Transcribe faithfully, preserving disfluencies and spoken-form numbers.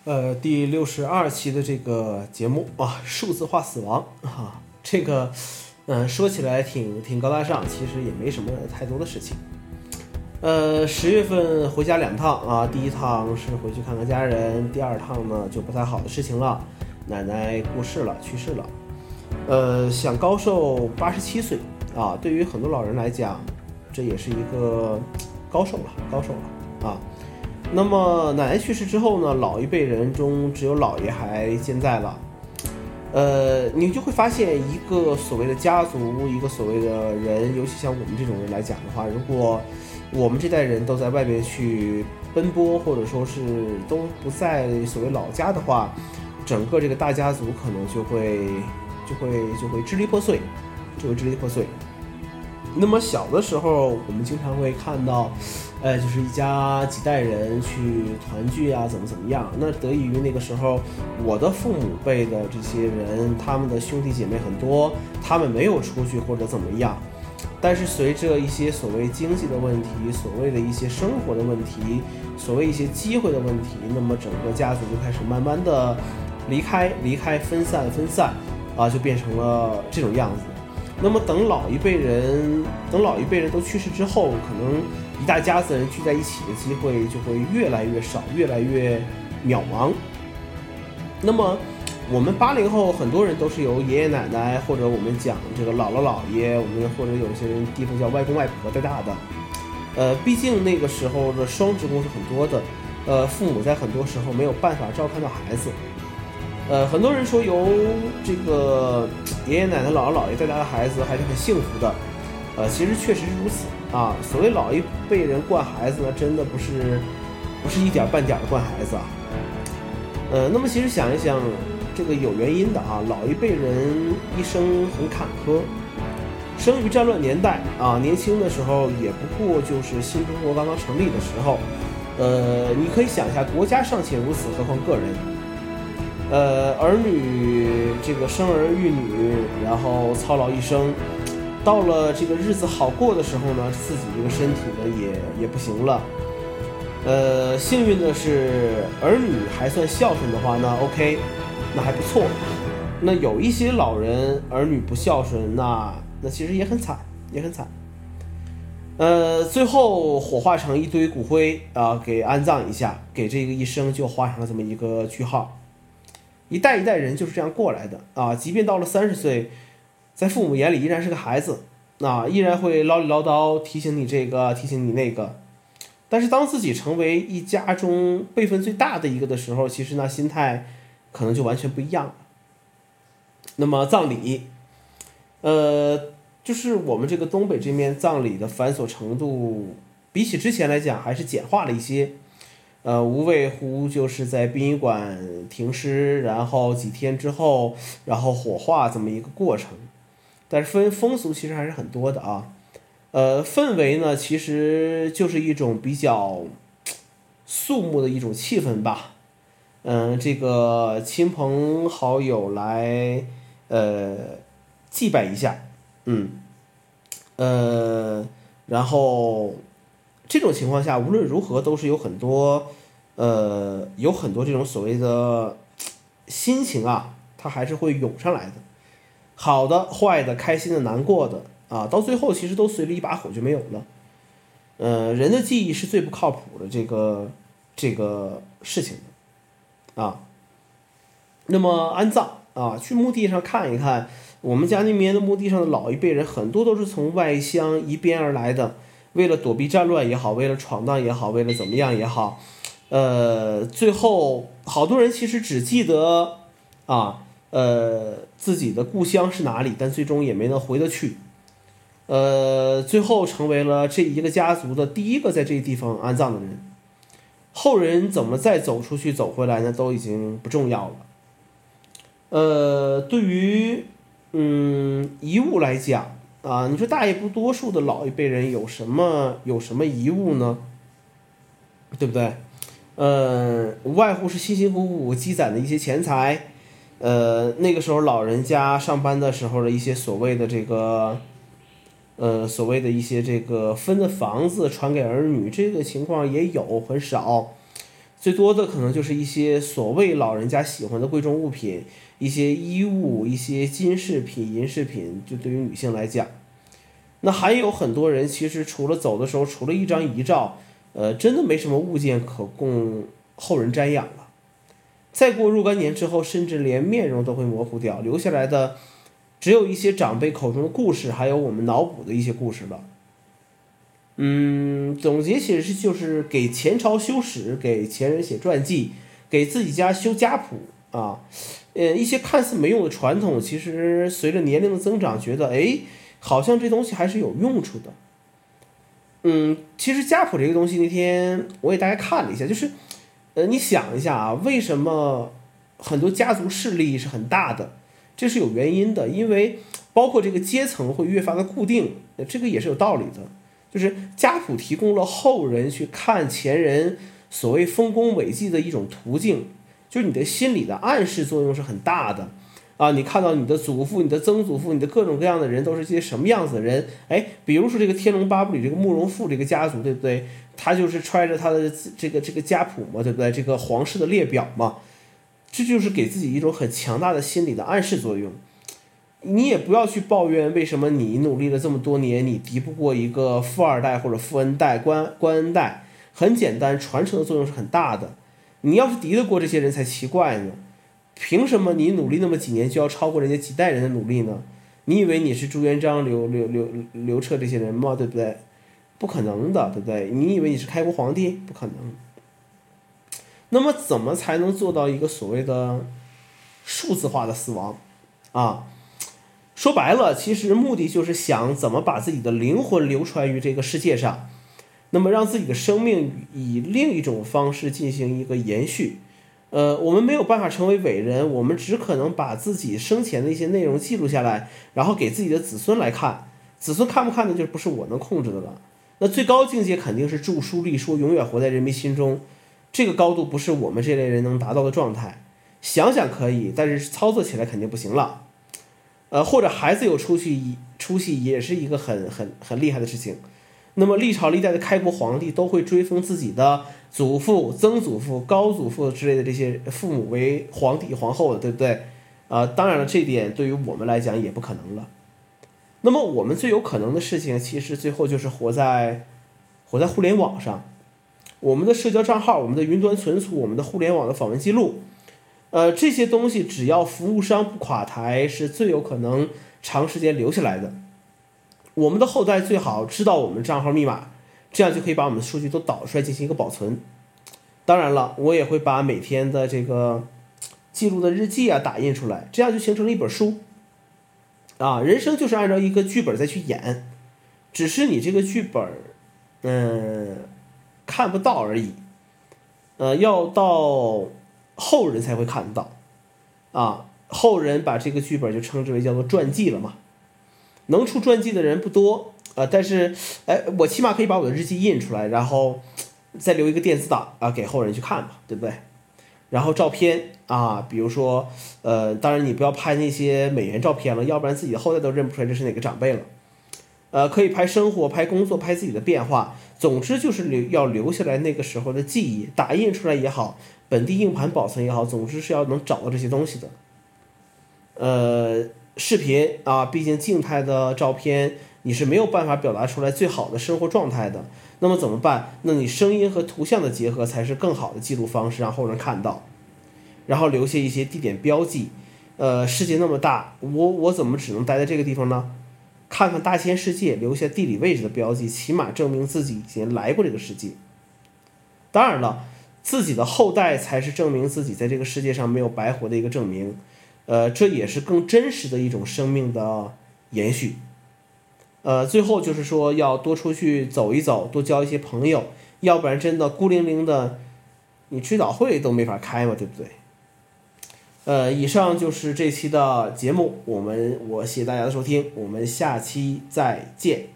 呃，第六十二期的这个节目啊，数字化死亡啊，这个，嗯、呃，说起来挺挺高大上，其实也没什么太多的事情。呃，十月份回家两趟啊，第一趟是回去看看家人，第二趟呢就不太好的事情了，奶奶过世了，去世了。呃，享高寿八十七岁啊，对于很多老人来讲，这也是一个高寿了，高寿了啊。那么奶奶去世之后呢，老一辈人中只有姥爷还健在了。呃，你就会发现一个所谓的家族，一个所谓的人，尤其像我们这种人来讲的话，如果我们这代人都在外边去奔波，或者说是都不在所谓老家的话，整个这个大家族可能就会就会就会支离破碎，就会支离破碎。那么小的时候，我们经常会看到，呃，就是一家几代人去团聚啊，怎么怎么样。那得益于那个时候，我的父母辈的这些人，他们的兄弟姐妹很多，他们没有出去或者怎么样。但是随着一些所谓经济的问题，所谓的一些生活的问题，所谓一些机会的问题，那么整个家族就开始慢慢的离开、离开、分散、分散，啊，就变成了这种样子。那么等老一辈人，等老一辈人都去世之后，可能一大家子人聚在一起的机会就会越来越少，越来越渺茫。那么我们八零后很多人都是由爷爷奶奶，或者我们讲这个姥姥姥爷，我们或者有些人地方叫外公外婆带大的。呃，毕竟那个时候的双职工是很多的，呃，父母在很多时候没有办法照看到孩子。呃，很多人说由这个爷爷奶奶、姥姥姥爷带大的孩子还是很幸福的，呃，其实确实是如此啊。所谓老一辈人惯孩子呢，真的不是不是一点半点的惯孩子啊。呃，那么其实想一想，这个有原因的啊。老一辈人一生很坎坷，生于战乱年代啊，年轻的时候也不过就是新中国刚刚成立的时候，呃，你可以想一下，国家尚且如此，何况个人。呃，儿女这个生儿育女，然后操劳一生，到了这个日子好过的时候呢，自己这个身体呢也也不行了。呃，幸运的是儿女还算孝顺的话呢 ，OK， 那还不错。那有一些老人儿女不孝顺，那那其实也很惨，也很惨。呃，最后火化成一堆骨灰啊、呃，给安葬一下，给这个一生就画上了这么一个句号。一代一代人就是这样过来的啊，即便到了三十岁，在父母眼里依然是个孩子，啊，依然会唠里唠叨提醒你这个，提醒你那个。但是当自己成为一家中辈分最大的一个的时候，其实那心态可能就完全不一样了。那么葬礼，呃，就是我们这个东北这面葬礼的繁琐程度，比起之前来讲还是简化了一些。呃，无外乎就是在殡仪馆停尸，然后几天之后，然后火化这么一个过程。但是风风俗其实还是很多的啊。呃，氛围呢，其实就是一种比较肃穆的一种气氛吧。嗯、呃，这个亲朋好友来呃祭拜一下，嗯，呃，然后这种情况下，无论如何都是有很多，呃，有很多这种所谓的心情啊，它还是会涌上来的，好的、坏的、开心的、难过的啊，到最后其实都随着一把火就没有了。呃，人的记忆是最不靠谱的这个这个事情的啊。那么安葬啊，去墓地上看一看，我们家那边的墓地上的老一辈人，很多都是从外乡移边而来的。为了躲避战乱也好，为了闯荡也好，为了怎么样也好，呃，最后好多人其实只记得啊，呃，自己的故乡是哪里，但最终也没能回得去。呃，最后成为了这一个家族的第一个在这个地方安葬的人。后人怎么再走出去走回来呢，都已经不重要了。呃，对于嗯遗物来讲。啊，你说大也不多数的老一辈人有什么有什么遗物呢？对不对？呃，无外乎是辛辛苦苦积攒的一些钱财，呃，那个时候老人家上班的时候的一些所谓的这个，呃，所谓的一些这个分的房子传给儿女，这个情况也有很少。 最多的可能就是一些所谓老人家喜欢的贵重物品，一些衣物，一些金饰品、银饰品，就对于女性来讲。那还有很多人其实除了走的时候，除了一张遗照，呃，真的没什么物件可供后人瞻仰了。再过若干年之后，甚至连面容都会模糊掉，留下来的只有一些长辈口中的故事，还有我们脑补的一些故事了。嗯，总结其实就是给前朝修史，给前人写传记，给自己家修家谱啊。呃，一些看似没用的传统，其实随着年龄的增长，觉得哎，好像这东西还是有用处的。嗯，其实家谱这个东西，那天我也大概看了一下，就是。呃，你想一下啊，为什么很多家族势力是很大的？这是有原因的，因为包括这个阶层会越发的固定，这个也是有道理的。就是家谱提供了后人去看前人所谓丰功伟绩的一种途径，就是你的心理的暗示作用是很大的啊。你看到你的祖父、你的曾祖父、你的各种各样的人都是些什么样子的人？哎，比如说这个《天龙八部》里这个慕容复这个家族，对不对？他就是揣着他的这个这个家谱嘛，对不对？这个皇室的列表嘛，这就是给自己一种很强大的心理的暗示作用。你也不要去抱怨为什么你努力了这么多年，你敌不过一个富二代或者富恩代、官官恩代。很简单，传承的作用是很大的。你要是敌得过这些人才奇怪呢。凭什么你努力那么几年就要超过人家几代人的努力呢？你以为你是朱元璋、刘刘刘刘彻这些人吗？对不对？不可能的，对不对？你以为你是开国皇帝？不可能。那么怎么才能做到一个所谓的数字化的死亡啊？说白了，其实目的就是想怎么把自己的灵魂流传于这个世界上，那么让自己的生命以另一种方式进行一个延续。呃，我们没有办法成为伟人，我们只可能把自己生前的一些内容记录下来，然后给自己的子孙来看。子孙看不看的就不是我能控制的了。那最高境界肯定是著书立说，永远活在人民心中，这个高度不是我们这类人能达到的状态。想想可以，但是操作起来肯定不行了。呃，或者孩子有出息，出息也是一个很很很厉害的事情。那么历朝历代的开国皇帝都会追封自己的祖父、曾祖父、高祖父之类的这些父母为皇帝皇后的，对不对？啊、呃，当然了，这点对于我们来讲也不可能了。那么我们最有可能的事情，其实最后就是活在活在互联网上，我们的社交账号、我们的云端存储、我们的互联网的访问记录，呃，这些东西只要服务商不垮台，是最有可能长时间留下来的。我们的后代最好知道我们账号密码，这样就可以把我们的数据都导出来进行一个保存。当然了，我也会把每天的这个记录的日记啊打印出来，这样就形成了一本书。啊，人生就是按照一个剧本再去演，只是你这个剧本，嗯，看不到而已。呃，要到后人才会看得到。啊，后人把这个剧本就称之为叫做传记了嘛。能出传记的人不多啊、呃，但是，哎，我起码可以把我的日记印出来，然后再留一个电子档啊给后人去看嘛，对不对？然后照片啊，比如说，呃，当然你不要拍那些美颜照片了，要不然自己的后代都认不出来这是哪个长辈了。呃，可以拍生活、拍工作、拍自己的变化，总之就是留要留下来那个时候的记忆，打印出来也好，本地硬盘保存也好，总之是要能找到这些东西的。呃，视频啊，毕竟静态的照片你是没有办法表达出来最好的生活状态的。那么怎么办？那你声音和图像的结合才是更好的记录方式，让后人看到，然后留下一些地点标记。呃，世界那么大，我我怎么只能待在这个地方呢？看看大千世界，留下地理位置的标记，起码证明自己以前来过这个世界。当然了，自己的后代才是证明自己在这个世界上没有白活的一个证明。呃，这也是更真实的一种生命的延续。呃，最后就是说要多出去走一走，多交一些朋友，要不然真的孤零零的，你追悼会都没法开嘛，对不对？呃，以上就是这期的节目，我们我谢谢大家的收听，我们下期再见。